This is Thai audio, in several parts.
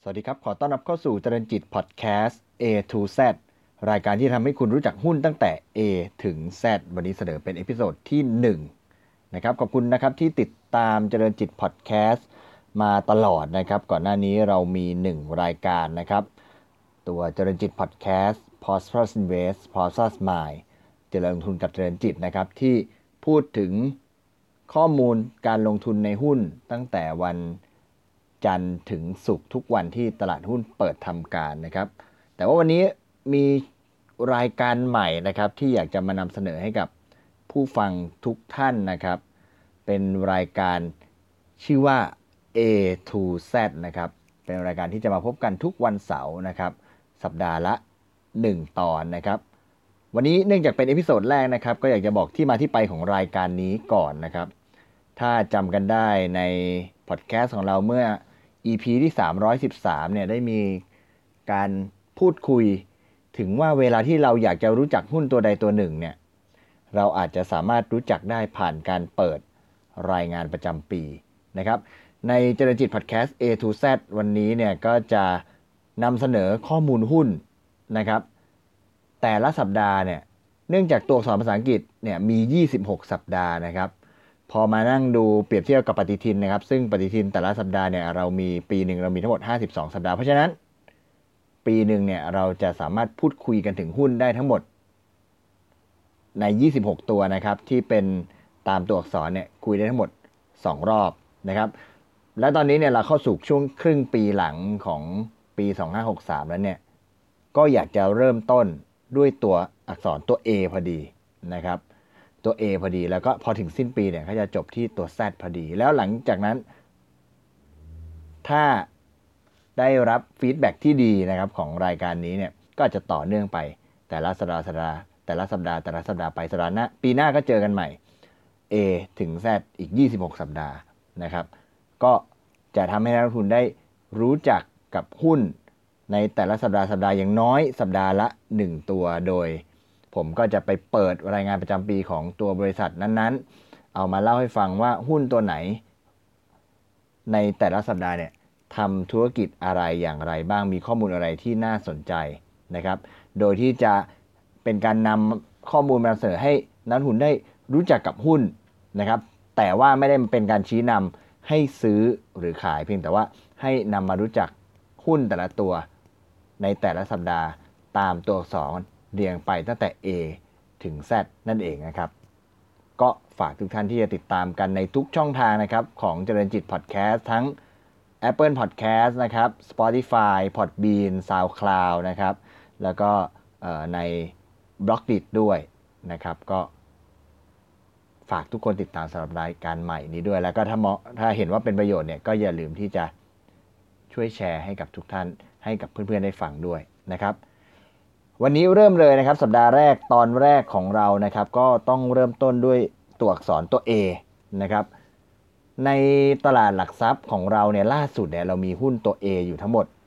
วัสดีครับขอต้อนรับเข้าสู่เจริญจิตพอดแคสต์ A to Z รายการที่ทำให้คุณรู้จักหุ้นตั้งแต่ A ถึง Z วันนี้เสนอเป็นเอพิโซดที่1นะครับขอบคุณนะครับที่ติดตามเจริญจิตพอดแคสต์มาตลอดนะครับก่อนหน้านี้เรามี1รายการนะครับตัวเจริญจิตพอดแคสต์ Prosperous Invest Prosperous Mind เจริญลงทุนกับเจริญจิตนะครับที่พูดถึงข้อมูลการลงทุนในหุ้นตั้งแต่วันจันทร์ถึงศุกร์ทุกวันที่ตลาดหุ้นเปิดทำการนะครับแต่ว่าวันนี้มีรายการใหม่นะครับที่อยากจะมานำเสนอให้กับผู้ฟังทุกท่านนะครับเป็นรายการชื่อว่า A to Z นะครับเป็นรายการที่จะมาพบกันทุกวันเสาร์นะครับสัปดาห์ละ1ตอนนะครับวันนี้เนื่องจากเป็นเอพิโซดแรกนะครับก็อยากจะบอกที่มาที่ไปของรายการนี้ก่อนนะครับถ้าจำกันได้ในพอดแคสต์ของเราเมื่อ EP ที่313เนี่ยได้มีการพูดคุยถึงว่าเวลาที่เราอยากจะรู้จักหุ้นตัวใดตัวหนึ่งเนี่ยเราอาจจะสามารถรู้จักได้ผ่านการเปิดรายงานประจำปีนะครับในเจริญจิตพอดแคสต์ A to Z วันนี้เนี่ยก็จะนำเสนอข้อมูลหุ้นนะครับแต่ละสัปดาห์เนี่ยเนื่องจากตัวอักษรภาษาอังกฤษเนี่ยมี26สัปดาห์นะครับพอมานั่งดูเปรียบเทียบกับปฏิทินนะครับซึ่งปฏิทินแต่ละสัปดาห์เนี่ยเรามีปีหนึ่งเรามีทั้งหมด52สัปดาห์เพราะฉะนั้นปีหนึ่งเนี่ยเราจะสามารถพูดคุยกันถึงหุ้นได้ทั้งหมดใน26ตัวนะครับที่เป็นตามตัวอักษรเนี่ยคุยได้ทั้งหมด2รอบนะครับและตอนนี้เนี่ยเราเข้าสู่ช่วงครึ่งปีหลังของปี2563แล้วเนี่ยก็อยากจะเริ่มต้นด้วยตัวอักษรตัว A พอดีนะครับตัว A พอดีแล้วก็พอถึงสิ้นปีเนี่ยเขาจะจบที่ตัว Z พอดีแล้วหลังจากนั้นถ้าได้รับฟีดแบ็กที่ดีนะครับของรายการนี้เนี่ยก็จะต่อเนื่องไปแต่ละสัปดาห์แต่ละสัปดาห์ไปสัปดาห์หน้าปีหน้าก็เจอกันใหม่ A ถึง Z อีก26สัปดาห์นะครับก็จะทำให้นักลงทุนได้รู้จักกับหุ้นในแต่ละสัปดาห์อย่างน้อยสัปดาห์ละ1ตัวโดยผมก็จะไปเปิดรายงานประจำปีของตัวบริษัทนั้นๆเอามาเล่าให้ฟังว่าหุ้นตัวไหนในแต่ละสัปดาห์เนี่ยทำธุรกิจอะไรอย่างไรบ้างมีข้อมูลอะไรที่น่าสนใจนะครับโดยที่จะเป็นการนำข้อมูลมาเสนอให้นักลงทุนได้รู้จักกับหุ้นนะครับแต่ว่าไม่ได้เป็นการชี้นำให้ซื้อหรือขายเพียงแต่ว่าให้นำมารู้จักหุ้นแต่ละตัวในแต่ละสัปดาห์ตามตัวอักษรเรียงไปตั้งแต่ A ถึง Z นั่นเองนะครับก็ฝากทุกท่านที่จะติดตามกันในทุกช่องทางนะครับของเจริญจิตพอดแคสต์ทั้ง Apple Podcast นะครับ Spotify Podbean SoundCloud นะครับแล้วก็ใน Blogdit ด้วยนะครับก็ฝากทุกคนติดตามสำหรับรายการใหม่นี้ด้วยแล้วก็ถ้าเห็นว่าเป็นประโยชน์เนี่ยก็อย่าลืมที่จะช่วยแชร์ให้กับทุกท่านให้กับเพื่อนๆได้ฟังด้วยนะครับวันนี้เริ่มเลยนะครับสัปดาห์แรกตอนแรกของเรานะครับก็ต้องเริ่มต้นด้วยตัวอักษรตัว A นะครับในตลาดหลักทรัพย์ของเราเนี่ยล่าสุดเนี่ยเรามีหุ้นตัว A อยู่ทั้งหมด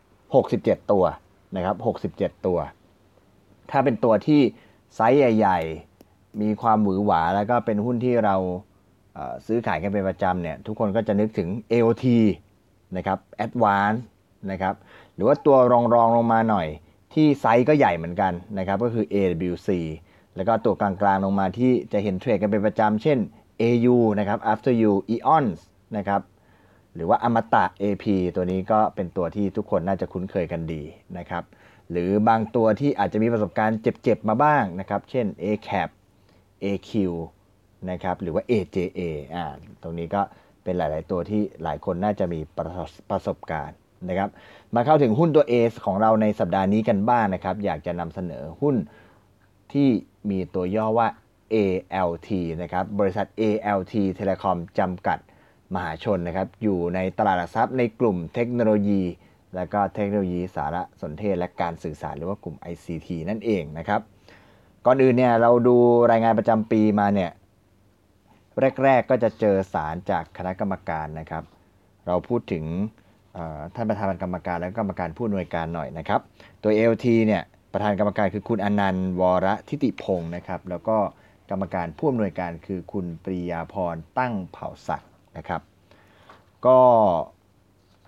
67ตัวนะครับ67ตัวถ้าเป็นตัวที่ไซส์ใหญ่ๆมีความหวือหวาแล้วก็เป็นหุ้นที่เราซื้อขายกันเป็นประจำเนี่ยทุกคนก็จะนึกถึง AOT นะครับ Advance นะครับหรือว่าตัวรองลงมาหน่อยที่ไซส์ก็ใหญ่เหมือนกันนะครับก็คือ AWC แล้วก็ตัวกลางๆลงมาที่จะเห็นเทรดกันเป็นประจำเช่น AU นะครับ After You EONS นะครับหรือว่าอมตะ AP ตัวนี้ก็เป็นตัวที่ทุกคนน่าจะคุ้นเคยกันดีนะครับหรือบางตัวที่อาจจะมีประสบการณ์เจ็บๆมาบ้างนะครับเช่น ACAP AQ นะครับหรือว่า AJA ตรงนี้ก็เป็นหลายๆตัวที่หลายคนน่าจะมีประสบการณ์นะครับมาเข้าถึงหุ้นตัว A ของเราในสัปดาห์นี้กันบ้าง นะครับอยากจะนำเสนอหุ้นที่มีตัวย่อว่า ALT นะครับบริษัท ALT Telecom จำกัดมหาชนนะครับอยู่ในตลาดหลักทรัพย์ในกลุ่มเทคโนโลยีและก็เทคโนโลยีสารสนเทศและการสื่อสารหรือว่ากลุ่ม ICT นั่นเองนะครับก่อนอื่นเนี่ยเราดูรายงานประจำปีมาเนี่ยแรกๆก็จะเจอสารจากคณะกรรมการนะครับเราพูดถึงท่านประธานกรรมการและกรรมการผู้อำนวยการหน่อยนะครับตัว ALT เนี่ยประธานกรรมการคือคุณอนันต์วรทิติพงศ์นะครับแล้วก็กรรมการผู้อำนวยการคือคุณปรียาพรตั้งเผ่าศักดิ์นะครับก็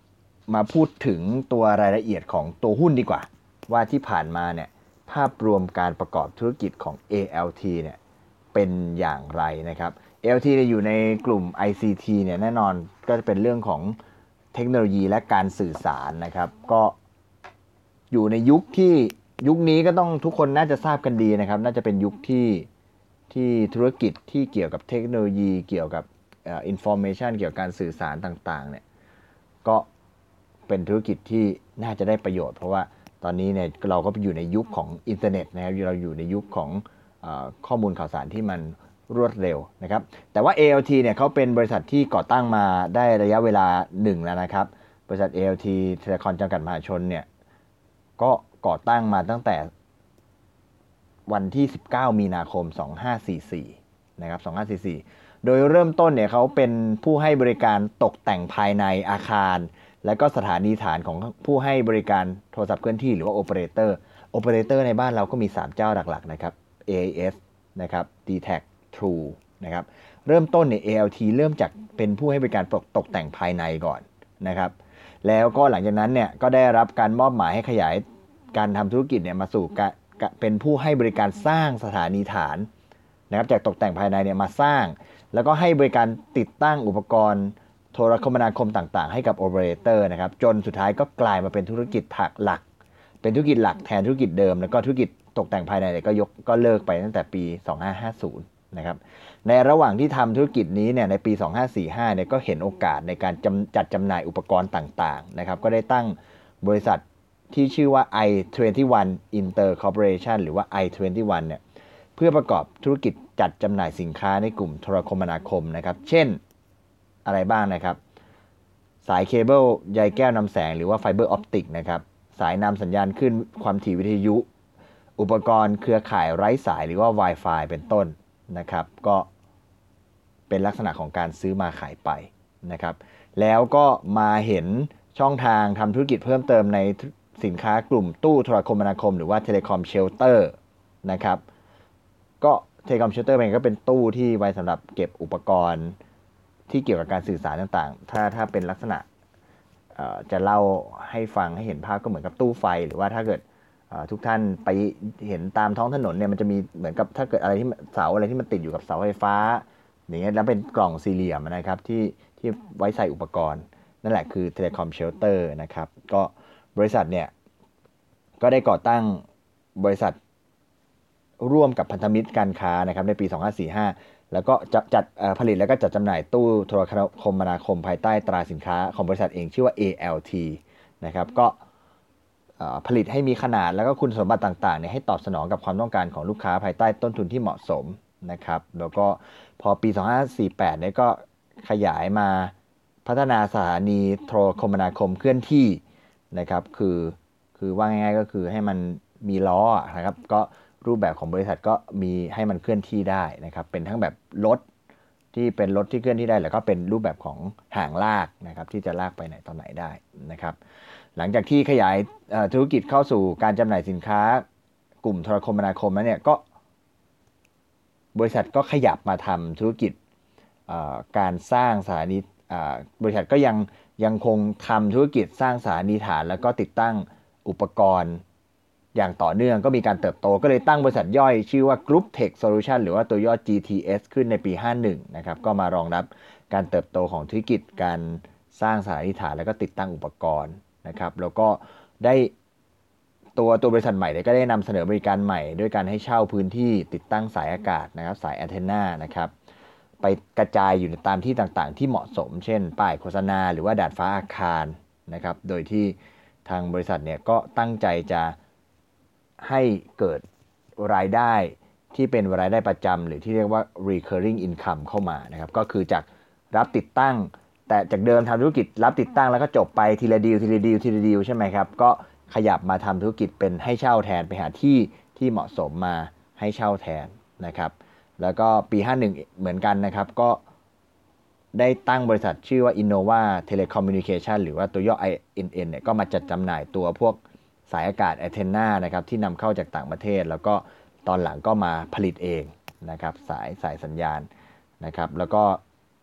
มาพูดถึงตัวรายละเอียดของตัวหุ้นดีกว่าว่าที่ผ่านมาเนี่ยภาพรวมการประกอบธุรกิจของ ALT เนี่ยเป็นอย่างไรนะครับ ALT เนี่ยอยู่ในกลุ่ม ICT เนี่ยแน่นอนก็จะเป็นเรื่องของเทคโนโลยีและการสื่อสารนะครับก็อยู่ในยุคนี้ก็ต้องทุกคนน่าจะทราบกันดีนะครับน่าจะเป็นยุคที่ธุรกิจที่เกี่ยวกับเทคโนโลยีเกี่ยวกับinformation เกี่ยวกับการสื่อสารต่างๆเนี่ยก็เป็นธุรกิจที่น่าจะได้ประโยชน์เพราะว่าตอนนี้เนี่ยเราก็อยู่ในยุคของอินเทอร์เน็ตนะครับเราอยู่ในยุคของข้อมูลข่าวสารที่มันรวดเร็วนะครับแต่ว่า ALT เนี่ยเขาเป็นบริษัทที่ก่อตั้งมาได้ระยะเวลาหนึ่งแล้วนะครับบริษัท ALT เทเลคอมจำกัดมหาชนเนี่ยก็ก่อตั้งมาตั้งแต่วันที่19มีนาคม2544นะครับ2544โดยเริ่มต้นเนี่ยเขาเป็นผู้ให้บริการตกแต่งภายในอาคารและก็สถานีฐานของผู้ให้บริการโทรศัพท์เคลื่อนที่หรือว่าโอเปอเรเตอร์ในบ้านเราก็มี3เจ้าหลักๆนะครับ AIS นะครับ DTAC True นะครับเริ่มต้นเนี่ย ALT เริ่มจากเป็นผู้ให้บริการตกแต่งภายในก่อนนะครับแล้วก็หลังจากนั้นเนี่ยก็ได้รับการมอบหมายให้ขยายการทำธุรกิจเนี่ยมาสู่เป็นผู้ให้บริการสร้างสถานีฐานนะครับจากตกแต่งภายในเนี่ยมาสร้างแล้วก็ให้บริการติดตั้งอุปกรณ์โทรคมนาคมต่างๆให้กับโอเปอเรเตอร์นะครับจนสุดท้ายก็กลายมาเป็นธุรกิจหลักเป็นธุรกิจหลักแทนธุรกิจเดิมแล้วก็ธุรกิจตกแต่งภายในเนี่ยก็เลิกไปตั้งแต่ปี2550นะครับในระหว่างที่ทำธุรกิจนี้เนี่ยในปี2545เนี่ยก็เห็นโอกาสในการจัดจำหน่ายอุปกรณ์ต่างๆนะครับก็ได้ตั้งบริษัทที่ชื่อว่า i21 Inter Corporation หรือว่า i21 เนี่ยเพื่อประกอบธุรกิจจัดจำหน่ายสินค้าในกลุ่มโทรคมนาคมนะครับเช่นอะไรบ้างนะครับสายเคเบิลใยแก้วนำแสงหรือว่าไฟเบอร์ออปติกนะครับสายนำสัญญาณขึ้นความถี่วิทยุอุปกรณ์เครือข่ายไร้สายหรือว่า Wi-Fi เป็นต้นนะครับก็เป็นลักษณะของการซื้อมาขายไปนะครับแล้วก็มาเห็นช่องทางทำธุรกิจเพิ่มเติมในสินค้ากลุ่มตู้โทรคมนาคมหรือว่าเทเลคอมเชลเตอร์นะครับก็เทเลคอมเชลเตอร์เองก็เป็นตู้ที่ไว้สำหรับเก็บอุปกรณ์ที่เกี่ยวกับการสื่อสารต่างๆถ้าเป็นลักษณะจะเล่าให้ฟังให้เห็นภาพก็เหมือนกับตู้ไฟหรือว่าถ้าเกิดทุกท่านไปเห็นตามท้องถนนเนี่ยมันจะมีเหมือนกับถ้าเกิดอะไรที่เสาอะไรที่มันติดอยู่กับเสาไฟฟ้าอย่างเงี้ยแล้วเป็นกล่องสี่เหลี่ยมนะครับที่ไว้ใส่อุปกรณ์นั่นแหละคือเทเลคอมเชลเตอร์นะครับก็บริษัทเนี่ยก็ได้ก่อตั้งบริษัทร่วมกับพันธมิตรการค้านะครับในปี2545แล้วก็จัดผลิตแล้วก็จัดจำหน่ายตู้โทรคมนาคมภายใต้ตราสินค้าของบริษัทเองชื่อว่า ALT นะครับก็ผลิตให้มีขนาดแล้วก็คุณสมบัติต่างๆเนี่ยให้ตอบสนองกับความต้องการของลูกค้าภายใต้ต้นทุนที่เหมาะสมนะครับแล้วก็พอปี2548เนี่ยก็ขยายมาพัฒนาสถานีโทรคมนาคมเคลื่อนที่นะครับคือว่าง่ายๆก็คือให้มันมีล้อนะครับก็รูปแบบของบริษัทก็มีให้มันเคลื่อนที่ได้นะครับเป็นทั้งแบบรถที่เป็นรถที่เคลื่อนที่ได้แล้วก็เป็นรูปแบบของหางลากนะครับที่จะลากไปไหนตอนไหนได้นะครับหลังจากที่ขยายธุรกิจเข้าสู่การจำหน่ายสินค้ากลุ่มโทรคมนาคมแล้วเนี่ยก็บริษัทก็ขยับมาทำธุรกิจการสร้างสถานีบริษัทก็ยังคงทำธุรกิจสร้างสถานีฐานแล้วก็ติดตั้งอุปกรณ์อย่างต่อเนื่องก็มีการเติบโตก็เลยตั้งบริษัทย่อยชื่อว่า Group Tech Solution หรือว่าตัวย่อ GTS ขึ้นในปี51นะครับก็มารองรับการเติบโตของธุรกิจการสร้างสถานีฐานแล้วก็ติดตั้งอุปกรณ์นะครับแล้วก็ได้ตัวบริษัทใหม่ก็ได้นำเสนอบริการใหม่ด้วยการให้เช่าพื้นที่ติดตั้งสายอากาศนะครับสายแอนเทนนานะครับไปกระจายอยู่ในตามที่ต่างๆที่เหมาะสมเช่นป้ายโฆษณาหรือว่าดาดฟ้าอาคารนะครับโดยที่ทางบริษัทเนี่ยก็ตั้งใจจะให้เกิดรายได้ที่เป็นรายได้ประจำหรือที่เรียกว่า recurring income เข้ามานะครับก็คือจากรับติดตั้งแต่จากเดิมทำธุรกิจรับติดตั้งแล้วก็จบไปทีละดีลใช่ไหมครับก็ขยับมาทำธุรกิจเป็นให้เช่าแทนไปหาที่เหมาะสมมาให้เช่าแทนนะครับแล้วก็ปี51เหมือนกันนะครับก็ได้ตั้งบริษัทชื่อว่า Innova Telecommunication หรือว่าตัวย่อ INN เนี่ยก็มาจัดจำหน่ายตัวพวกสายอากาศแอนเทนนานะครับที่นำเข้าจากต่างประเทศแล้วก็ตอนหลังก็มาผลิตเองนะครับสายสัญญาณนะครับแล้วก็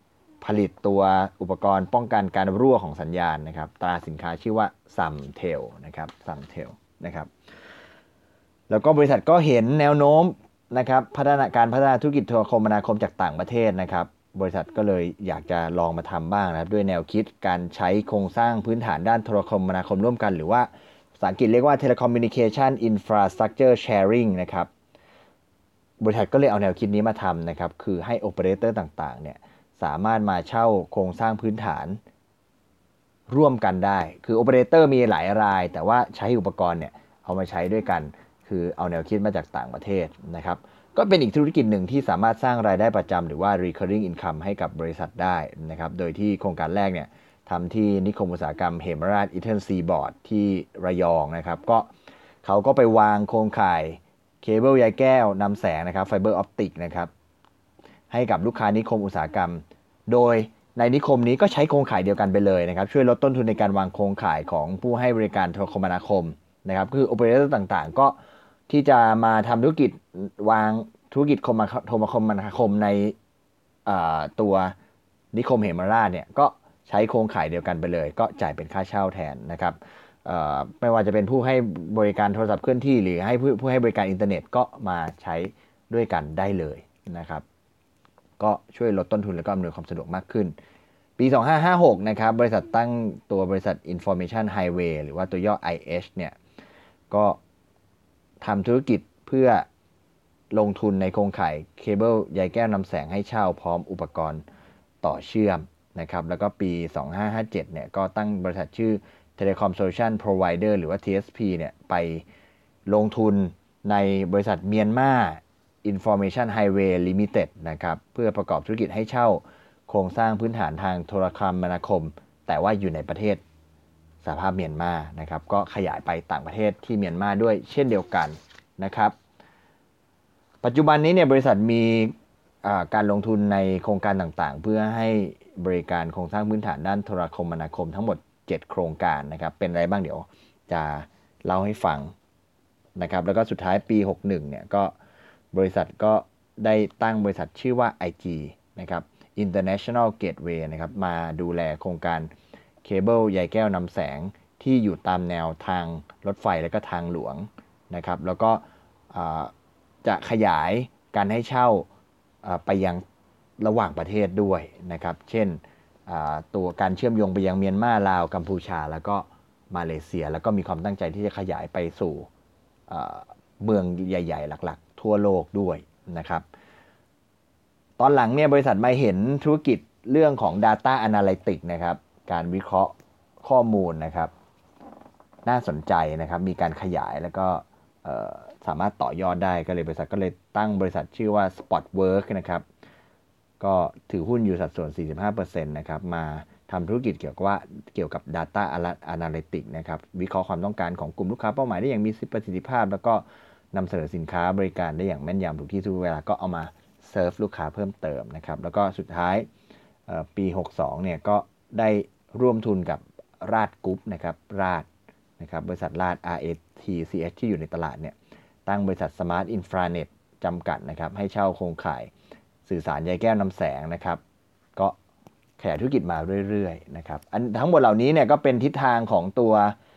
ผลิตตัวอุปกรณ์ป้องกันการรั่วของสัญญาณนะครับตราสินค้าชื่อว่า Sumtel นะครับ Sumtel นะครับแล้วก็บริษัทก็เห็นแนวโน้มนะครับพัฒนาธุรกิจโทรคมนาคมจากต่างประเทศนะครับบริษัทก็เลยอยากจะลองมาทำบ้างนะครับด้วยแนวคิดการใช้โครงสร้างพื้นฐานด้านโทรคมนาคมร่วมกันหรือว่าภาษาอังกฤษเรียกว่า Telecommunication Infrastructure Sharing นะครับบริษัทก็เลยเอาแนวคิดนี้มาทำนะครับคือให้โอเปอเรเตอร์ต่างๆเนี่ยสามารถมาเช่าโครงสร้างพื้นฐานร่วมกันได้คือโอเปอเรเตอร์มีหลายรายแต่ว่าใช้อุปกรณ์เนี่ยเอามาใช้ด้วยกันคือเอาแนวคิดมาจากต่างประเทศนะครับก็เป็นอีกธุรกิจหนึ่งที่สามารถสร้างรายได้ประจำหรือว่า recurring income ให้กับบริษัทได้นะครับโดยที่โครงการแรกเนี่ยทำที่นิคมอุตสาหกรรมเหมราชอีเทิร์นซีบอร์ดที่ระยองนะครับก็เขาก็ไปวางโครงข่ายเคเบิลใยแก้วนำแสงนะครับไฟเบอร์ออปติกนะครับให้กับลูกค้านิคมอุตสาหกรรมโดยในนิคมนี้ก็ใช้โครงข่ายเดียวกันไปเลยนะครับช่วยลดต้นทุนในการวางโครงข่ายของผู้ให้บริการโทรคมนาคมนะครับคือโอเปอเรเตอร์ต่างๆก็ที่จะมาทำธุรกิจวางธุรกิจโทรคมนาคมในตัวนิคมเหมราชเนี่ยก็ใช้โครงข่ายเดียวกันไปเลยก็จ่ายเป็นค่าเช่าแทนนะครับไม่ว่าจะเป็นผู้ให้บริการโทรศัพท์เคลื่อนที่หรือให้ผู้ให้บริการอินเทอร์เน็ตก็มาใช้ด้วยกันได้เลยนะครับก็ช่วยลดต้นทุนและก็อำนวยความสะดวกมากขึ้นปี2556นะครับบริษัทตั้งตัวบริษัท Information Highway หรือว่าตัวย่อ IH เนี่ยก็ทำธุรกิจเพื่อลงทุนในโครงข่ายเคเบิลใยแก้วนำแสงให้เช่าพร้อมอุปกรณ์ต่อเชื่อมนะครับแล้วก็ปี2557เนี่ยก็ตั้งบริษัทชื่อ Telecom Solution Provider หรือว่า TSP เนี่ยไปลงทุนในบริษัทเมียนมา Information Highway Limited นะครับเพื่อประกอบธุรกิจให้เช่าโครงสร้างพื้นฐานทางโทรคมนาคมแต่ว่าอยู่ในประเทศสหภาพเมียนมานะครับก็ขยายไปต่างประเทศที่เมียนมาด้วยเช่นเดียวกันนะครับปัจจุบันนี้เนี่ยบริษัทมีการลงทุนในโครงการต่างๆเพื่อให้บริการโครงสร้างพื้นฐานด้านโทรคมนาคมทั้งหมด7โครงการนะครับเป็นอะไรบ้างเดี๋ยวจะเล่าให้ฟังนะครับแล้วก็สุดท้ายปี61เนี่ยก็บริษัทก็ได้ตั้งบริษัทชื่อว่า IG นะครับ International Gateway นะครับมาดูแลโครงการเคเบิลใยแก้วนำแสงที่อยู่ตามแนวทางรถไฟและก็ทางหลวงนะครับแล้วก็จะขยายการให้เช่าไปยังระหว่างประเทศด้วยนะครับเช่นตัวการเชื่อมโยงไปยังเมียนมาลาวกัมพูชาแล้วก็มาเลเซียแล้วก็มีความตั้งใจที่จะขยายไปสู่เมืองใหญ่ๆหลักๆทั่วโลกด้วยนะครับตอนหลังเนี่ยบริษัทมาเห็นธุรกิจเรื่องของ Data Analytics นะครับการวิเคราะห์ข้อมูลนะครับน่าสนใจนะครับมีการขยายแล้วก็สามารถต่อยอดได้ก็เลยบริษัทก็เลยตั้งบริษัทชื่อว่า Spotwork นะครับก็ถือหุ้นอยู่สัดส่วน 45% นะครับมาทำธุรกิจเกี่ยวกับ Data Analytics นะครับวิเคราะห์ความต้องการของกลุ่มลูกค้าเป้าหมายได้อย่างมีประสิทธิภาพแล้วก็นำเสนอสินค้าบริการได้อย่างแม่นยำทุกที่ทุกเวลาก็เอามาเซิร์ฟลูกค้าเพิ่มเติมนะครับแล้วก็สุดท้ายปี62เนี่ยก็ได้ร่วมทุนกับราชกรุ๊ปนะครับบริษัทราช RATCH ที่อยู่ในตลาดเนี่ยตั้งบริษัท Smart Infranet จำกัดนะครับให้เช่าโครงข่ายสื่อสารใยแก้วนำแสงนะครับก็ขยายธุรกิจมาเรื่อยๆนะครับทั้งหมดเหล่านี้เนี่ยก็เป็นทิศทางของตัว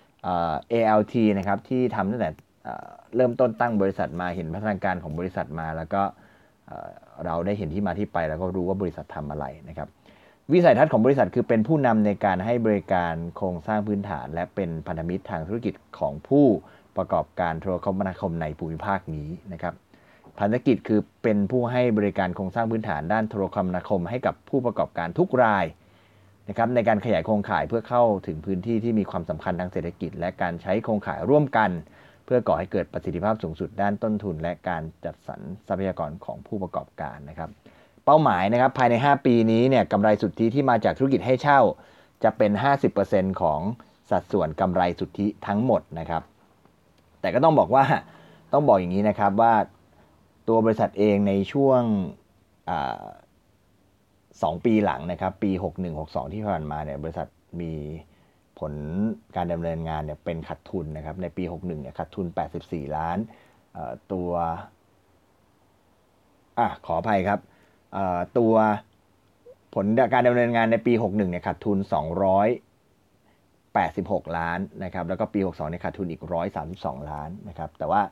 ALT นะครับที่ทำตั้งแต่เริ่มต้นตั้งบริษัทมาเห็นพัฒนาการของบริษัทมาแล้วก็เราได้เห็นที่มาที่ไปแล้วก็รู้ว่าบริษัททำอะไรนะครับวิสัยทัศน์ของบริษัทคือเป็นผู้นำในการให้บริการโครงสร้างพื้นฐานและเป็นพันธมิตรทางธุรกิจของผู้ประกอบการโทรคมนาคมในภูมิภาคนี้นะครับภารกิจคือเป็นผู้ให้บริการโครงสร้างพื้นฐานด้านโทรคมนาคมให้กับผู้ประกอบการทุกรายนะครับในการขยายโครงข่ายเพื่อเข้าถึงพื้นที่ที่มีความสำคัญทางเศรษฐกิจและการใช้โครงข่ายร่วมกันเพื่อก่อให้เกิดประสิทธิภาพสูงสุดด้านต้นทุนและการจัดสรรทรัพยากรของผู้ประกอบการนะครับเป้าหมายนะครับภายใน5ปีนี้เนี่ยกำไรสุทธิที่มาจากธุรกิจให้เช่าจะเป็น 50% ของสัดส่วนกำไรสุทธิทั้งหมดนะครับแต่ก็ต้องบอกอย่างนี้นะครับว่าตัวบริษัทเองในช่วง2 ปีหลังนะครับปี61-62ที่ผ่านมาเนี่ยบริษัทมีผลการดำเนินงานเนี่ยเป็นขาดทุนนะครับในปี61เนี่ยขาดทุน84ล้านตัวขออภัยครับตัวผลการดำเนินงานในปี61เนี่ยขาดทุน286ล้านนะครับแล้วก็ปี62เนี่ยขาดทุนอีก132ล้านนะครับแต่ว่า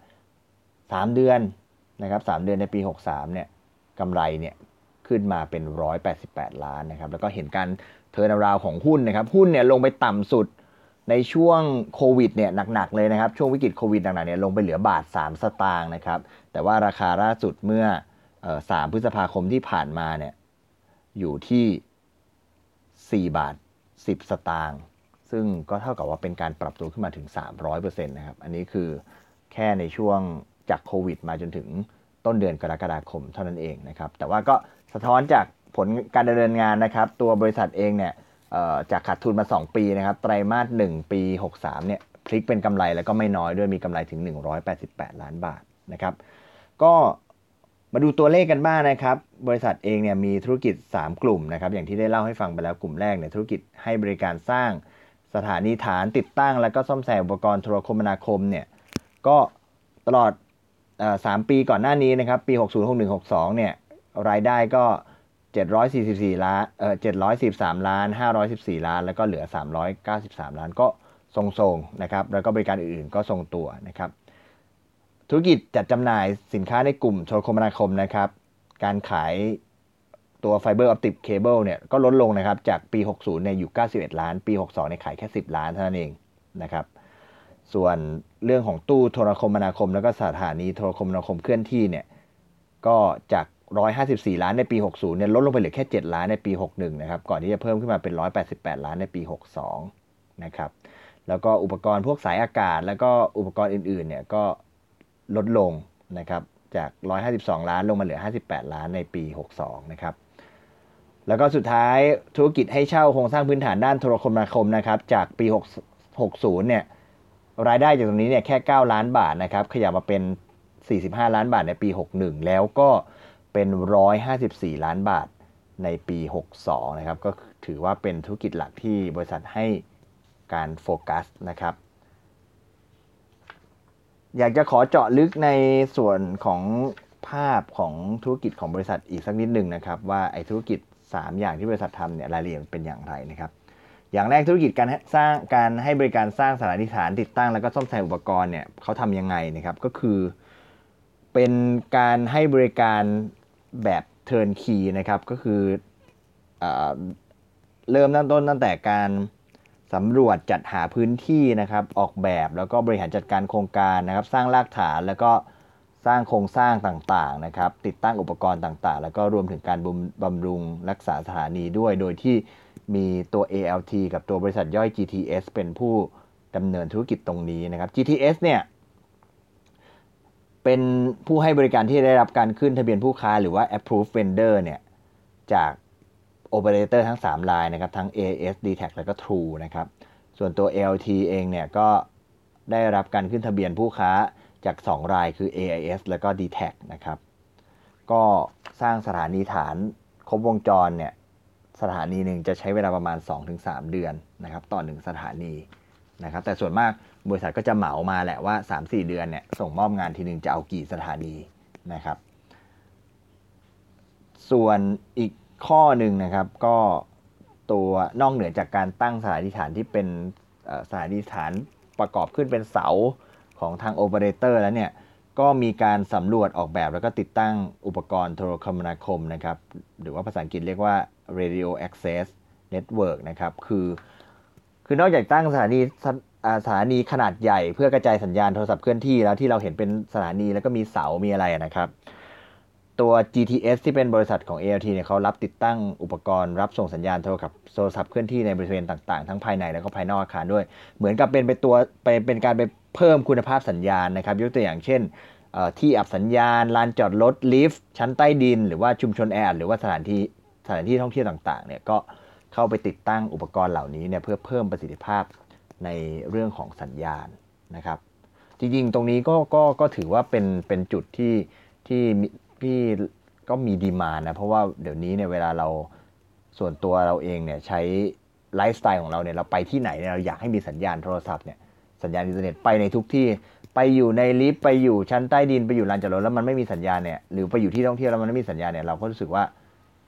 3เดือนนะครับ3เดือนในปี63เนี่ยกำไรเนี่ยขึ้นมาเป็น188ล้านนะครับแล้วก็เห็นการเทิร์นอราวด์ของหุ้นนะครับหุ้นเนี่ยลงไปต่ำสุดในช่วงโควิดเนี่ยหนักๆเลยนะครับช่วงวิกฤตโควิดหนักๆเนี่ยลงไปเหลือบาท3สตางค์นะครับแต่ว่าราคาล่าสุดเมื่อ3พฤษภาคมที่ผ่านมาเนี่ยอยู่ที่4บาท10สตางค์ซึ่งก็เท่ากับว่าเป็นการปรับตัวขึ้นมาถึง 300% นะครับอันนี้คือแค่ในช่วงจากโควิดมาจนถึงต้นเดือนกรกฎาคมเท่านั้นเองนะครับแต่ว่าก็สะท้อนจากผลการดำเนินงานนะครับตัวบริษัทเองเนี่ยจากขาดทุนมา2ปีนะครับไตรมาส1ปี63เนี่ยพลิกเป็นกำไรแล้วก็ไม่น้อยด้วยมีกำไรถึง188ล้านบาทนะครับก็มาดูตัวเลขกันบ้างนะครับบริษัทเองเนี่ยมีธุรกิจ3กลุ่มนะครับอย่างที่ได้เล่าให้ฟังไปแล้วกลุ่มแรกเนี่ยธุรกิจให้บริการสร้างสถานีฐานติดตั้งแล้วก็ซ่อมแซมอุปกรณ์โทรคมนาคมเนี่ยก็ตลอด3ปีก่อนหน้านี้นะครับปี60 61 62เนี่ยรายได้ก็744ล้าน743ล้าน514ล้านแล้วก็เหลือ393ล้านก็ทรงๆนะครับแล้วก็บริการอื่นๆก็ทรงตัวนะครับธุรกิจจัดจำหน่ายสินค้าในกลุ่มโทรคมนาคมนะครับการขายตัวไฟเบอร์ออปติกเคเบิลเนี่ยก็ลดลงนะครับจากปี60เนี่ยอยู่91ล้านปี62เนี่ยขายแค่10ล้านเท่านั้นเองนะครับส่วนเรื่องของตู้โทรคมนาคมแล้วก็สถานีโทรคมนาคมเคลื่อนที่เนี่ยก็จาก154ล้านในปี60เนี่ยลดลงไปเหลือแค่7ล้านในปี61นะครับก่อนที่จะเพิ่มขึ้นมาเป็น188ล้านในปี62นะครับแล้วก็อุปกรณ์พวกสายอากาศแล้วก็อุปกรณ์อื่นๆเนี่ยก็ลดลงนะครับจาก152ล้านลงมาเหลือ58ล้านในปี62นะครับแล้วก็สุดท้ายธุรกิจให้เช่าโครงสร้างพื้นฐานด้านโทรคมนาคมนะครับจากปี60เนี่ยรายได้จากตรงนี้เนี่ยแค่9ล้านบาทนะครับขยับมาเป็น45ล้านบาทในปี61แล้วก็เป็น154ล้านบาทในปี62นะครับก็ถือว่าเป็นธุรกิจหลักที่บริษัทให้การโฟกัสนะครับอยากจะขอเจาะลึกในส่วนของภาพของธุรกิจของบริษัทอีกสักนิดหนึ่งนะครับว่าไอ้ธุรกิจ3อย่างที่บริษัททำเนี่ยรายละเอียดเป็นอย่างไรนะครับอย่างแรกธุรกิจการให้บริการสร้างสถานีฐานติดตั้งแล้วก็ซ่อมแซมอุปกรณ์เนี่ยเขาทำยังไงนะครับก็คือเป็นการให้บริการแบบเทิร์นคีย์นะครับก็คือเริ่มต้นตั้งแต่การสำรวจจัดหาพื้นที่นะครับออกแบบแล้วก็บริหารจัดการโครงการนะครับสร้างรากฐานแล้วก็สร้างโครงสร้างต่างๆนะครับติดตั้งอุปกรณ์ต่างๆแล้วก็รวมถึงการบำรุงรักษาสถานีด้วยโดยที่มีตัว ALT กับตัวบริษัทย่อย GTS เป็นผู้ดำเนินธุรกิจตรงนี้นะครับ GTS เนี่ยเป็นผู้ให้บริการที่ได้รับการขึ้นทะเบียนผู้ค้าหรือว่า Approved Vendor เนี่ยจากโอเปอเรเตอร์ทั้ง3รายนะครับทั้ง AIS DTAC แล้วก็ True นะครับส่วนตัว ALT เองเนี่ยก็ได้รับการขึ้นทะเบียนผู้ค้าจาก2รายคือ AIS แล้วก็ DTAC นะครับก็สร้างสถานีฐานครบวงจรเนี่ยสถานีหนึ่งจะใช้เวลาประมาณ 2-3 เดือนนะครับต่อ1สถานีนะครับแต่ส่วนมากบริษัทก็จะเหมามาแหละว่า 3-4 เดือนเนี่ยส่งมอบงานทีนึงจะเอากี่สถานีนะครับส่วนอีกข้อหนึ่งนะครับก็ตัวนอกเหนือจากการตั้งสถานีฐานที่เป็นสถานีฐานประกอบขึ้นเป็นเสาของทางโอเปอเรเตอร์แล้วเนี่ยก็มีการสำรวจออกแบบแล้วก็ติดตั้งอุปกรณ์โทรคมนาคมนะครับหรือว่าภาษาอังกฤษเรียกว่า Radio Access Network นะครับคือนอกจากตั้งสถานีขนาดใหญ่เพื่อกระจายสัญญาณโทรศัพท์เคลื่อนที่แล้วที่เราเห็นเป็นสถานีแล้วก็มีเสามีอะไรนะครับตัว GTS ที่เป็นบริษัทของ ALT เนี่ยเขารับติดตั้งอุปกรณ์รับส่งสัญญาณโทรศัพท์เคลื่อนที่ในบริเวณต่างๆทั้งภายในแล้วก็ภายนอกอาคารด้วยเหมือนกับเป็นการไปเพิ่มคุณภาพสัญญาณนะครับยกตัวอย่างเช่นที่อับสัญญาณลานจอดรถลิฟต์ชั้นใต้ดินหรือว่าชุมชนแออัดหรือว่าสถานที่ท่องเที่ยวต่างๆเนี่ยก็เข้าไปติดตั้งอุปกรณ์เหล่านี้เนี่ยเพื่อเพิ่มประสิทธิภาพในเรื่องของสัญญาณนะครับจริงๆตรงนี้ก็ถือว่าเป็นจุดที่ก็มีดีมานด์นะเพราะว่าเดี๋ยวนี้เนี่ยเวลาเราส่วนตัวเราเองเนี่ยใช้ไลฟ์สไตล์ของเราเนี่ยเราไปที่ไหนเนี่ยเราอยากให้มีสัญญาณโทรศัพท์เนี่ยสัญญาณอินเทอร์เน็ตไปในทุกที่ไปอยู่ในลิฟต์ไปอยู่ชั้นใต้ดินไปอยู่ลานจอดรถแล้วมันไม่มีสัญญาณเนี่ยหรือไปอยู่ที่ท่องเที่ยวแล้วมันไม่มีสัญญาณเนี่ยเราก็รู้สึกว่า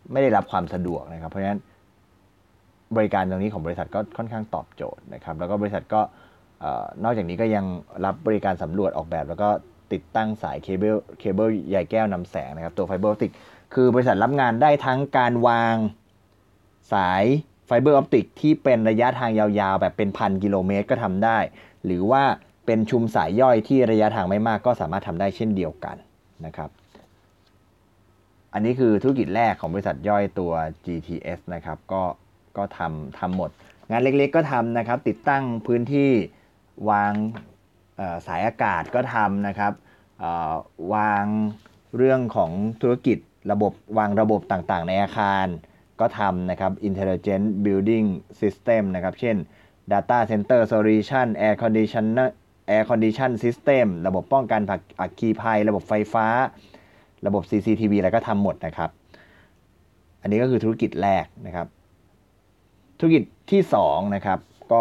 ไม่ได้รับความสะดวกนะครับเพราะฉะนั้นบริการตรงนี้ของบริษัทก็ค่อนข้างตอบโจทย์นะครับแล้วก็บริษัทก็นอกจากนี้ก็ยังรับบริการสำรวจออกแบบแล้วก็ติดตั้งสายเคเบิลใยแก้วนำแสงนะครับตัวไฟเบอร์ออปติกคือบริษัทรับงานได้ทั้งการวางสายไฟเบอร์ออปติกที่เป็นระยะทางยาวๆแบบเป็นพันกิโลเมตรก็ทำได้หรือว่าเป็นชุมสายย่อยที่ระยะทางไม่มากก็สามารถทำได้เช่นเดียวกันนะครับอันนี้คือธุรกิจแรกของบริษัทย่อยตัว GTS นะครับก็ทำหมดงานเล็กๆก็ทำนะครับติดตั้งพื้นที่วางสายอากาศก็ทำนะครับวางเรื่องของธุรกิจวางระบบต่างๆในอาคารก็ทำนะครับ Intelligent Building System นะครับเช่น Data Center Solution Air Condition System ระบบป้องกันอัคคีภัยระบบไฟฟ้าระบบ CCTV อะไรก็ทำหมดนะครับอันนี้ก็คือธุรกิจแรกนะครับธุรกิจที่2นะครับก็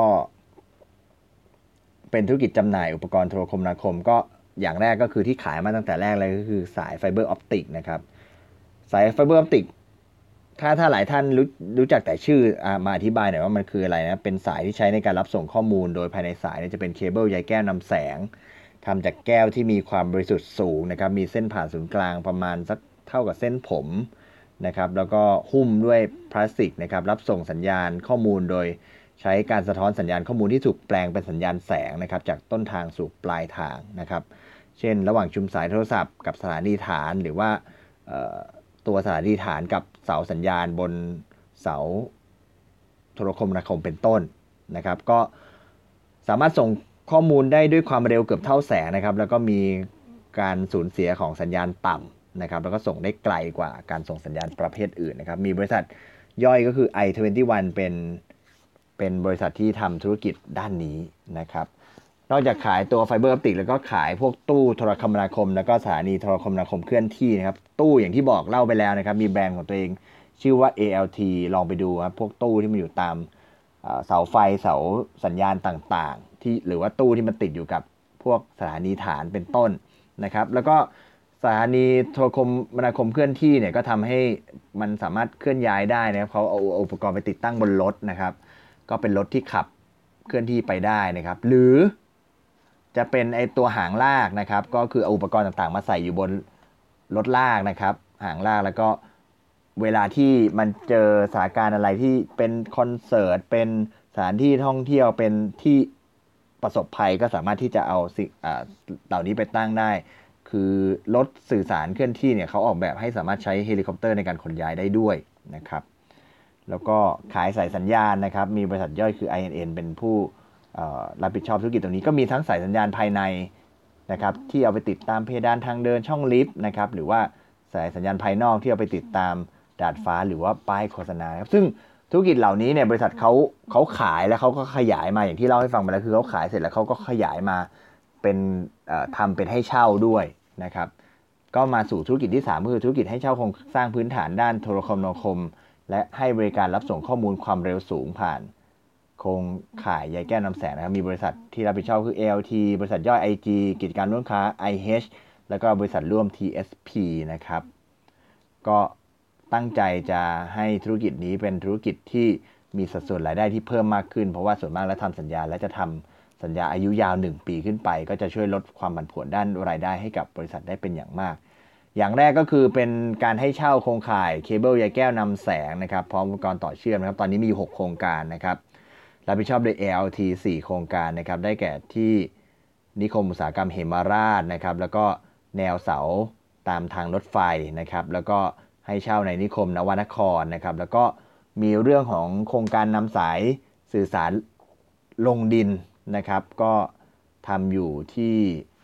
เป็นธุรกิจจำหน่ายอุปกรณ์โทรคมนาคมก็อย่างแรกก็คือที่ขายมาตั้งแต่แรกเลยก็คือสายไฟเบอร์ออปติกนะครับสายไฟเบอร์ออปติกถ้าหลายท่านรู้จักแต่ชื่อมาอธิบายหน่อยว่ามันคืออะไรนะเป็นสายที่ใช้ในการรับส่งข้อมูลโดยภายในสายจะเป็นเคเบิลใยแก้วนำแสงทำจากแก้วที่มีความบริสุทธิ์สูงนะครับมีเส้นผ่านศูนย์กลางประมาณสักเท่ากับเส้นผมนะครับแล้วก็หุ้มด้วยพลาสติกนะครับรับส่งสัญญาณข้อมูลโดยใช้การสะท้อนสัญญาณข้อมูลที่ถูกแปลงเป็นสัญญาณแสงนะครับจากต้นทางสู่ปลายทางนะครับเช่นระหว่างชุมสายโทรศัพท์กับสถานีฐานหรือว่าตัวสถานีฐานกับเสาสัญญาณบนเสาโทรคมนาคมเป็นต้นนะครับก็สามารถส่งข้อมูลได้ด้วยความเร็วเกือบเท่าแสงนะครับแล้วก็มีการสูญเสียของสัญญาณต่ำนะครับแล้วก็ส่งได้ไกลกว่าการส่งสัญญาณประเภทอื่นนะครับมีบริษัทย่อยก็คือ i21 เป็นบริษัทที่ทำธุรกิจด้านนี้นะครับนอกจากขายตัวไฟเบอร์ออปติกแล้วก็ขายพวกตู้โทรคมนาคมแล้วก็สถานีโทรคมนาคมเคลื่อนที่นะครับตู้อย่างที่บอกเล่าไปแล้วนะครับมีแบรนด์ของตัวเองชื่อว่า ALT ลองไปดูครับพวกตู้ที่มันอยู่ตามเสาไฟเสาสัญญาณต่างๆที่หรือว่าตู้ที่มันติดอยู่กับพวกสถานีฐานเป็นต้นนะครับแล้วก็สถานีโทรคมนาคมเคลื่อนที่เนี่ยก็ทำให้มันสามารถเคลื่อนย้ายได้นะครับเขาเอาอุปกรณ์ไปติดตั้งบนรถนะครับก็เป็นรถที่ขับเคลื่อนที่ไปได้นะครับหรือจะเป็นไอตัวหางลากนะครับก็คือเอาอุปกรณ์ต่างๆมาใส่อยู่บนรถลากนะครับหางลากแล้วก็เวลาที่มันเจอสถานการณ์อะไรที่เป็นคอนเสิร์ตเป็นสถานที่ท่องเที่ยวเป็นที่ประสบภัยก็สามารถที่จะเอาสิ่งเหล่านี้ไปตั้งได้คือรถสื่อสารเคลื่อนที่เนี่ยเขาออกแบบให้สามารถใช้เฮลิคอปเตอร์ในการขนย้ายได้ด้วยนะครับแล้วก็ขายสายสัญญาณนะครับมีบริษัทย่อยคือ INN เป็นผู้รับผิดชอบธุรกิจตรงนี้ก็มีทั้งสายสัญญาณภายในนะครับที่เอาไปติดตามเพดานทางเดินช่องลิฟต์นะครับหรือว่าสายสัญญาณภายนอกที่เอาไปติดตามดาดฟ้าหรือว่าป้ายโฆษณาครับซึ่งธุรกิจเหล่านี้เนี่ยบริษัทเขาขายแล้วเขาก็ขยายมาอย่างที่เล่าให้ฟังไปแล้วคือเขาขายเสร็จแล้วเขาก็ขยายมาเป็นทำเป็นให้เช่าด้วยนะครับก็มาสู่ธุรกิจที่3ก็คือธุรกิจให้เช่าโครงสร้างพื้นฐานด้านโทรคมนาคมและให้บริการรับส่งข้อมูลความเร็วสูงผ่านโครงข่ายใยแก้วนำแสงนะครับมีบริษัทที่รับผิดชอบคือ ALT บริษัทย่อย IG กิจการร่วมค้า IH แล้วก็บริษัทร่วม TSP นะครับก็ตั้งใจจะให้ธุรกิจนี้เป็นธุรกิจที่มีสัดส่วนรายได้ที่เพิ่มมากขึ้นเพราะว่าส่วนมากแล้วทำสัญญาและจะทำสัญญาอายุยาว1 ปีขึ้นไปก็จะช่วยลดความผันผวนด้านรายได้ให้กับบริษัทได้เป็นอย่างมากอย่างแรกก็คือเป็นการให้เช่าโครงข่ายเคเบิลใยแก้วนำแสงนะครับพร้อมอุปกรณ์ต่อเชื่อมนะครับตอนนี้มีอยู่6โครงการนะครับรับผิดชอบโดย ALT 4โครงการนะครับได้แก่ที่นิคมอุตสาหกรรมเหมราชนะครับแล้วก็แนวเสาตามทางรถไฟนะครับแล้วก็ให้เช่าในนิคมนวนครนะครับแล้วก็มีเรื่องของโครงการนำสายสื่อสารลงดินนะครับก็ทำอยู่ที่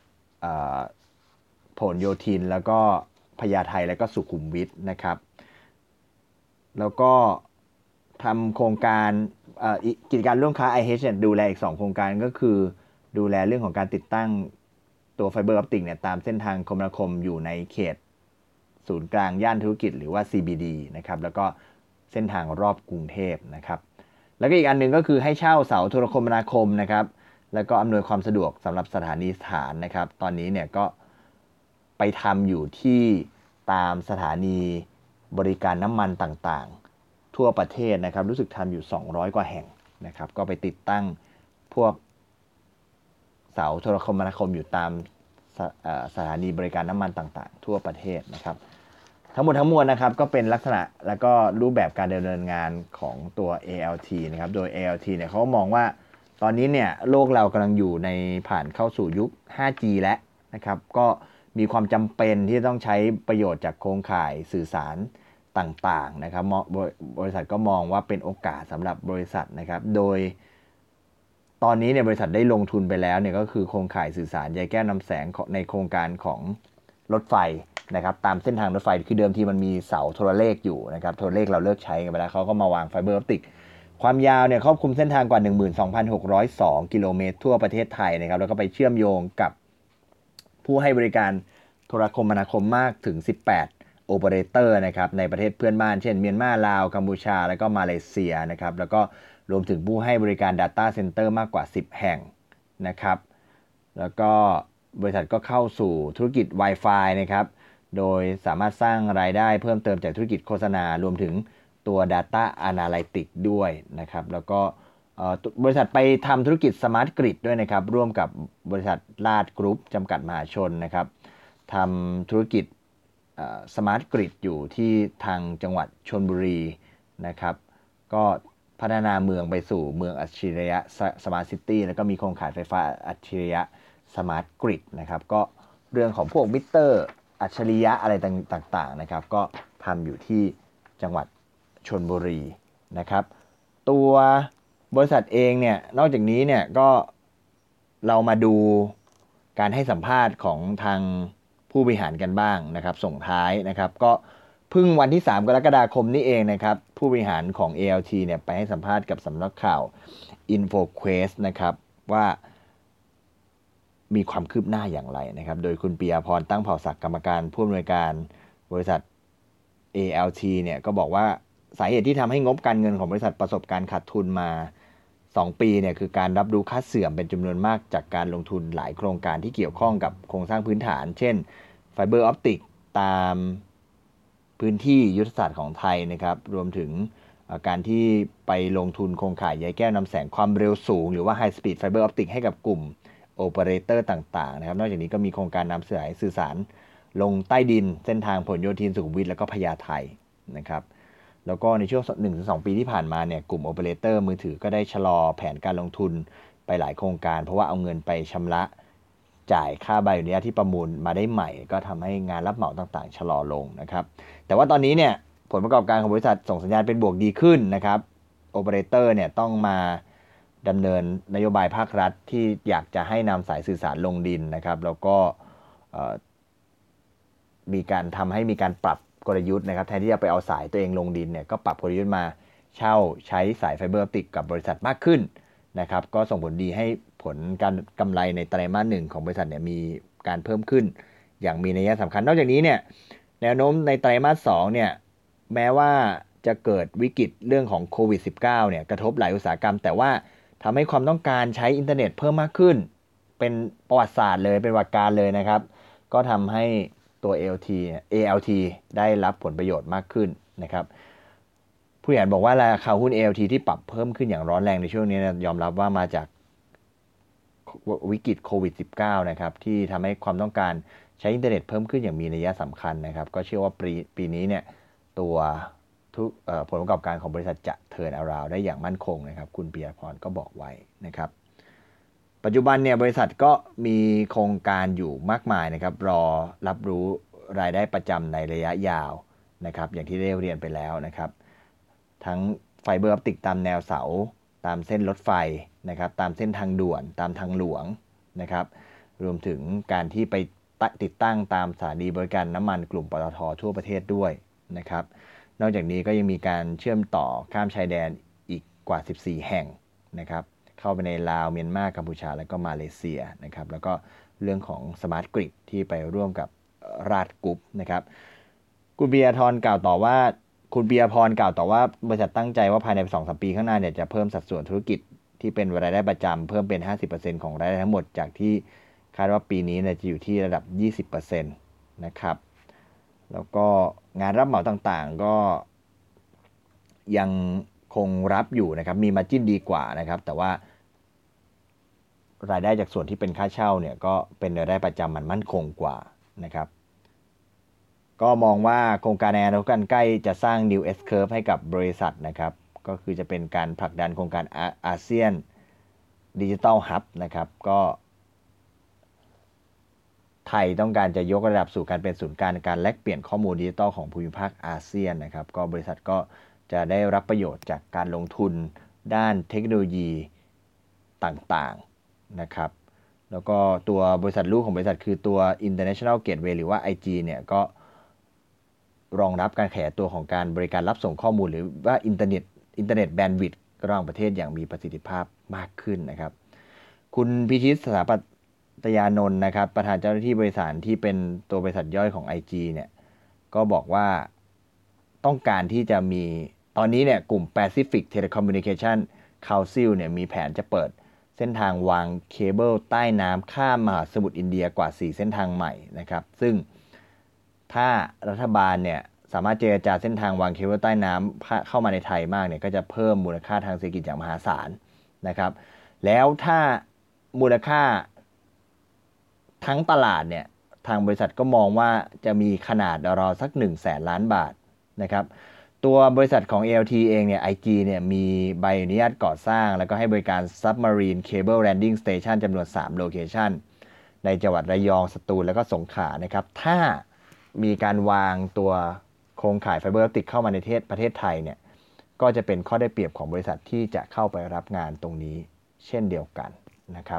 ผลโยธินแล้วก็พญาไทแล้วก็สุขุมวิทนะครับแล้วก็ทำโครงการกิจการร่วมค้า IH เนี่ยดูแลอีก2โครงการก็คือดูแลเรื่องของการติดตั้งตัวไฟเบอร์ออปติกเนี่ยตามเส้นทางคมนาคมอยู่ในเขตศูนย์กลางย่านธุรกิจหรือว่า CBD นะครับแล้วก็เส้นทางรอบกรุงเทพนะครับแล้วก็อีกอันนึงก็คือให้เช่าเสาโทรคมนาคมนะครับแล้วก็อำนวยความสะดวกสำหรับสถานีฐานนะครับตอนนี้เนี่ยก็ไปทำอยู่ที่ตามสถานีบริการน้ำมันต่างๆทั่วประเทศนะครับรู้สึกทำอยู่200กว่าแห่งนะครับก็ไปติดตั้งพวกเสาโทรคมนาคมอยู่ตามสถานีบริการน้ำมันต่างๆทั่วประเทศนะครับทั้งหมดทั้งมวลนะครับก็เป็นลักษณะและก็รูปแบบการดำเนินงานของตัว ALT นะครับโดย ALT เนี่ยเขามองว่าตอนนี้เนี่ยโลกเรากำลังอยู่ในผ่านเข้าสู่ยุค 5G แล้วนะครับก็มีความจำเป็นที่ต้องใช้ประโยชน์จากโครงข่ายสื่อสารต่างๆนะครับบริษัทก็มองว่าเป็นโอกาสสำหรับบริษัทนะครับโดยตอนนี้เนี่ยบริษัทได้ลงทุนไปแล้วเนี่ยก็คือโครงข่ายสื่อสารใยแก้วนำแสงในโครงการของรถไฟนะครับตามเส้นทางรถไฟคือเดิมทีมันมีเสาโทรเลขอยู่นะครับโทรเลขเราเลิกใช้กันไปแล้วเขาก็มาวางไฟเบอร์ออปติกความยาวเนี่ยครอบคลุมเส้นทางกว่า 12,602 กิโลเมตรทั่วประเทศไทยนะครับแล้วก็ไปเชื่อมโยงกับผู้ให้บริการโทรคมนาคมมากถึง18โอเปอเรเตอร์นะครับในประเทศเพื่อนบ้านเช่นเมียนมาลาวกัมพูชาแล้วก็มาเลเซียนะครับแล้วก็รวมถึงผู้ให้บริการ Data Center มากกว่า10แห่งนะครับแล้วก็บริษัทก็เข้าสู่ธุรกิจ Wi-Fi นะครับโดยสามารถสร้างรายได้เพิ่มเติมจากธุรกิจโฆษณารวมถึงตัว Data Analytics ด้วยนะครับแล้วก็บริษัทไปทำธุรกิจ Smart Grid ด้วยนะครับร่วมกับบริษัทลาดกรุ๊ปจำกัดมหาชนนะครับทำธุรกิจSmart Grid อยู่ที่ทางจังหวัดชลบุรีนะครับก็พัฒนาเมืองไปสู่เมืองอัจฉริยะ Smart City แล้วก็มีโครงข่ายไฟฟ้าอัจฉริยะ Smart Grid นะครับก็เรื่องของพวกมิเตอร์อัจฉริยะอะไรต่างๆนะครับก็ทำอยู่ที่จังหวัดชลบุรีนะครับตัวบริษัทเองเนี่ยนอกจากนี้เนี่ยก็เรามาดูการให้สัมภาษณ์ของทางผู้บริหารกันบ้างนะครับส่งท้ายนะครับก็เพิ่งวันที่3กรกฎาคมนี้เองนะครับผู้บริหารของ ALT เนี่ยไปให้สัมภาษณ์กับสำนักข่าว InfoQuest นะครับว่ามีความคืบหน้าอย่างไรนะครับโดยคุณปิยาพรตั้งเผ่าศักดิ์กรรมการผู้อำนวยการบริษัท ALT เนี่ยก็บอกว่าสาเหตุที่ทำให้งบการเงินของบริษัทประสบการขาดทุนมา2ปีเนี่ยคือการรับรู้ค่าเสื่อมเป็นจำนวนมากจากการลงทุนหลายโครงการที่เกี่ยวข้องกับโครงสร้างพื้นฐานเช่นไฟเบอร์ออปติกตามพื้นที่ยุทธศาสตร์ของไทยนะครับรวมถึงการที่ไปลงทุนโครงข่ายใยแก้วนำแสงความเร็วสูงหรือว่า High Speed Fiber Optic ให้กับกลุ่มโอเปอเรเตอร์ต่างๆนะครับนอกจากนี้ก็มีโครงการนำสายสื่อสารลงใต้ดินเส้นทางผลโยธินสุขุมวิทแล้วก็พญาไทนะครับแล้วก็ในช่วง 1-2 ปีที่ผ่านมาเนี่ยกลุ่มโอเปอเรเตอร์มือถือก็ได้ชะลอแผนการลงทุนไปหลายโครงการเพราะว่าเอาเงินไปชำระจ่ายค่าใบอนุญาตที่ประมูลมาได้ใหม่ก็ทำให้งานรับเหมาต่างๆชะลอลงนะครับแต่ว่าตอนนี้เนี่ยผลประกอบการของบริษัทส่งสัญญาณเป็นบวกดีขึ้นนะครับโอเปอเรเตอร์เนี่ยต้องมาดำเนินนโยบายภาครัฐที่อยากจะให้นำสายสื่อสารลงดินนะครับแล้วก็มีการทำให้มีการปรับกลยุทธ์นะครับแทนที่จะไปเอาสายตัวเองลงดินเนี่ยก็ปรับกลยุทธ์มาเช่าใช้สายไฟเบอร์ออปติกกับบริษัทมากขึ้นนะครับก็ส่งผลดีให้ผลการกำไรในไตรมาส 1ของบริษัทเนี่ยมีการเพิ่มขึ้นอย่างมีนัยสำคัญนอกจากนี้เนี่ยแนวโน้มในไตรมาส 2เนี่ยแม้ว่าจะเกิดวิกฤตเรื่องของโควิด -19 เนี่ยกระทบหลายอุตสาหกรรมแต่ว่าทำให้ความต้องการใช้อินเทอร์เน็ตเพิ่มมากขึ้นเป็นประวัติศาสตร์เลยเป็นวัติการเลยนะครับก็ทำให้ตัว ALT ได้รับผลประโยชน์มากขึ้นนะครับผู้บริหารบอกว่าราคาหุ้น ALT ที่ปรับเพิ่มขึ้นอย่างร้อนแรงในช่วงนี้นะยอมรับว่ามาจากวิกฤตโควิด -19 นะครับที่ทำให้ความต้องการใช้อินเทอร์เน็ตเพิ่มขึ้นอย่างมีนัยสำคัญนะครับก็เชื่อว่าปีนี้เนี่ยตัวผลประกอบการของบริษัทจะเทิร์นอราวด์ได้อย่างมั่นคงนะครับคุณปิยพรก็บอกไว้นะครับปัจจุบันเนี่ยบริษัทก็มีโครงการอยู่มากมายนะครับรอรับรู้รายได้ประจำในระยะยาวนะครับอย่างที่ได้เรียนไปแล้วนะครับทั้งไฟเบอร์ออปติกตามแนวเสาตามเส้นรถไฟนะครับตามเส้นทางด่วนตามทางหลวงนะครับรวมถึงการที่ไปติดตั้งตามสถานีบริการน้ำมันกลุ่มปตท.ทั่วประเทศด้วยนะครับนอกจากนี้ก็ยังมีการเชื่อมต่อข้ามชายแดนอีกกว่า14แห่งนะครับเข้าไปในลาวเมียนมากัมพูชาและก็มาเลเซียนะครับแล้วก็เรื่องของ Smart Grid ที่ไปร่วมกับราชกรุ๊ปนะครับคุณปิยพรกล่าวต่อว่าบริษัทตั้งใจว่าภายใน 2-3 ปีข้างหน้าเนี่ยจะเพิ่มสัดส่วนธุรกิจที่เป็นรายได้ประจำเพิ่มเป็น 50% ของรายได้ทั้งหมดจากที่คาดว่าปีนี้เนี่ยจะอยู่ที่ระดับ 20% นะครับแล้วก็งานรับเหมาต่างๆก็ยังคงรับอยู่นะครับมีมาร์จิ้นดีกว่านะครับแต่ว่ารายได้จากส่วนที่เป็นค่าเช่าเนี่ยก็เป็นรายได้ประจำมันมั่นคงกว่านะครับก็มองว่าโครงการในอนาคตใกล้จะสร้าง New S Curve ให้กับบริษัทนะครับก็คือจะเป็นการผลักดันโครงการอาเซียนดิจิทัลฮับนะครับก็ไทยต้องการจะยกระดับสู่การเป็นศูนย์กลางการแลกเปลี่ยนข้อมูลดิจิทัลของภูมิภาคอาเซียนนะครับก็บริษัทก็จะได้รับประโยชน์จากการลงทุนด้านเทคโนโลยีต่างๆนะครับแล้วก็ตัวบริษัทลูกของบริษัทคือตัว International Gateway หรือว่า IG เนี่ยก็รองรับการขยายตัวของการบริการรับส่งข้อมูลหรือว่าอินเทอร์เน็ตแบนด์วิดต์ระหว่างประเทศอย่างมีประสิทธิภาพมากขึ้นนะครับคุณพิชิตสถาปัตยานนท์นะครับประธานเจ้าหน้าที่บริษัทที่เป็นตัวบริษัทย่อยของ IG เนี่ยก็บอกว่าต้องการที่จะมีตอนนี้เนี่ยกลุ่ม Pacific Telecommunication Council เนี่ยมีแผนจะเปิดเส้นทางวางเคเบิลใต้น้ำข้ามมหาสมุทรอินเดียกว่า4เส้นทางใหม่นะครับซึ่งถ้ารัฐบาลเนี่ยสามารถเจรจาเส้นทางวางเคเบิลใต้น้ำเข้ามาในไทยมากเนี่ยก็จะเพิ่มมูลค่าทางเศรษฐกิจอย่างมหาศาลนะครับแล้วถ้ามูลค่าทั้งตลาดเนี่ยทางบริษัทก็มองว่าจะมีขนาดราวสัก100,000 ล้านบาทนะครับตัวบริษัทของ ALT เองเนี่ย IG เนี่ยมีใบอนุญาตก่อสร้างแล้วก็ให้บริการ Submarine Cable Landing Station จำนวน3โลเคชันในจังหวัดระยองสตูลแล้วก็สงขลานะครับถ้ามีการวางตัวโครงข่ายไฟเบอร์ออปติกเข้ามาในประเทศไทยเนี่ยก็จะเป็นข้อได้เปรียบของบริษัทที่จะเข้าไปรับงานตรงนี้เช่นเดียวกันนะครับ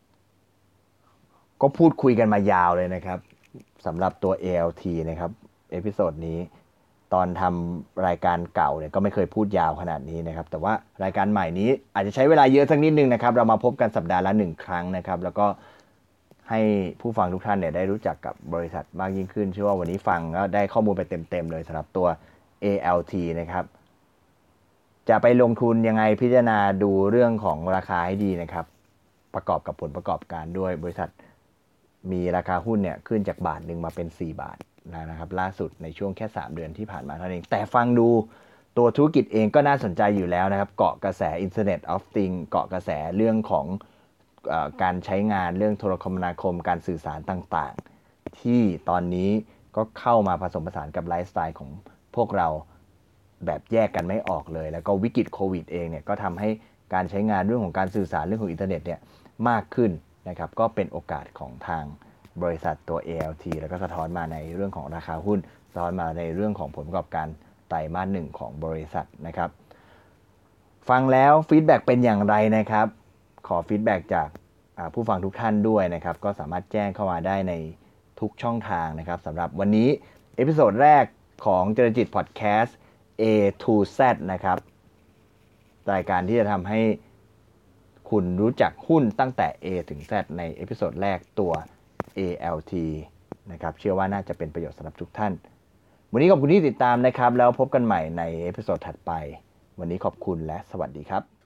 ก็พูดคุยกันมายาวเลยนะครับสำหรับตัว ALT นะครับเอพิโซดนี้ตอนทำรายการเก่าเนี่ยก็ไม่เคยพูดยาวขนาดนี้นะครับแต่ว่ารายการใหม่นี้อาจจะใช้เวลาเยอะสักนิดนึงนะครับเรามาพบกันสัปดาห์ละ1ครั้งนะครับแล้วก็ให้ผู้ฟังทุกท่านเนี่ยได้รู้จักกับบริษัทมากยิ่งขึ้นเชื่อว่าวันนี้ฟังแล้วได้ข้อมูลไปเต็มๆเลยสำหรับตัว ALT นะครับจะไปลงทุนยังไงพิจารณาดูเรื่องของราคาให้ดีนะครับประกอบกับผลประกอบการด้วยบริษัทมีราคาหุ้นเนี่ยขึ้นจากบาทหนึ่งมาเป็น4 บาทแล้วนะครับล่าสุดในช่วงแค่3 เดือนที่ผ่านมาเท่านั้นเองแต่ฟังดูตัวธุรกิจเองก็น่าสนใจอยู่แล้วนะครับเกาะกระแส Internet of Things เกาะกระแสเรื่องของการใช้งานเรื่องโทรคมนาคมการสื่อสารต่างๆที่ตอนนี้ก็เข้ามาผสมผสานกับไลฟ์สไตล์ของพวกเราแบบแยกกันไม่ออกเลยแล้วก็วิกฤตโควิดเองเนี่ยก็ทำให้การใช้งานเรื่องของการสื่อสารเรื่องของอินเทอร์เน็ตเนี่ยมากขึ้นนะครับก็เป็นโอกาสของทางบริษัทตัว ALT แล้วก็สะท้อนมาในเรื่องของราคาหุ้นสะท้อนมาในเรื่องของผลประกอบการไตรมาส 1ของบริษัทนะครับฟังแล้วฟีดแบ็กเป็นอย่างไรนะครับขอฟีดแบ็กจากผู้ฟังทุกท่านด้วยนะครับก็สามารถแจ้งเข้ามาได้ในทุกช่องทางนะครับสำหรับวันนี้เอพิโซดแรกของเจริญจิตพอดแคสต์ A to Z นะครับรายการที่จะทำให้คุณรู้จักหุ้นตั้งแต่ A ถึง Z ในเอพิโซดแรกตัว ALT นะครับเชื่อว่าน่าจะเป็นประโยชน์สำหรับทุกท่านวันนี้ขอบคุณที่ติดตามนะครับแล้วพบกันใหม่ในเอพิโซดถัดไปวันนี้ขอบคุณและสวัสดีครับ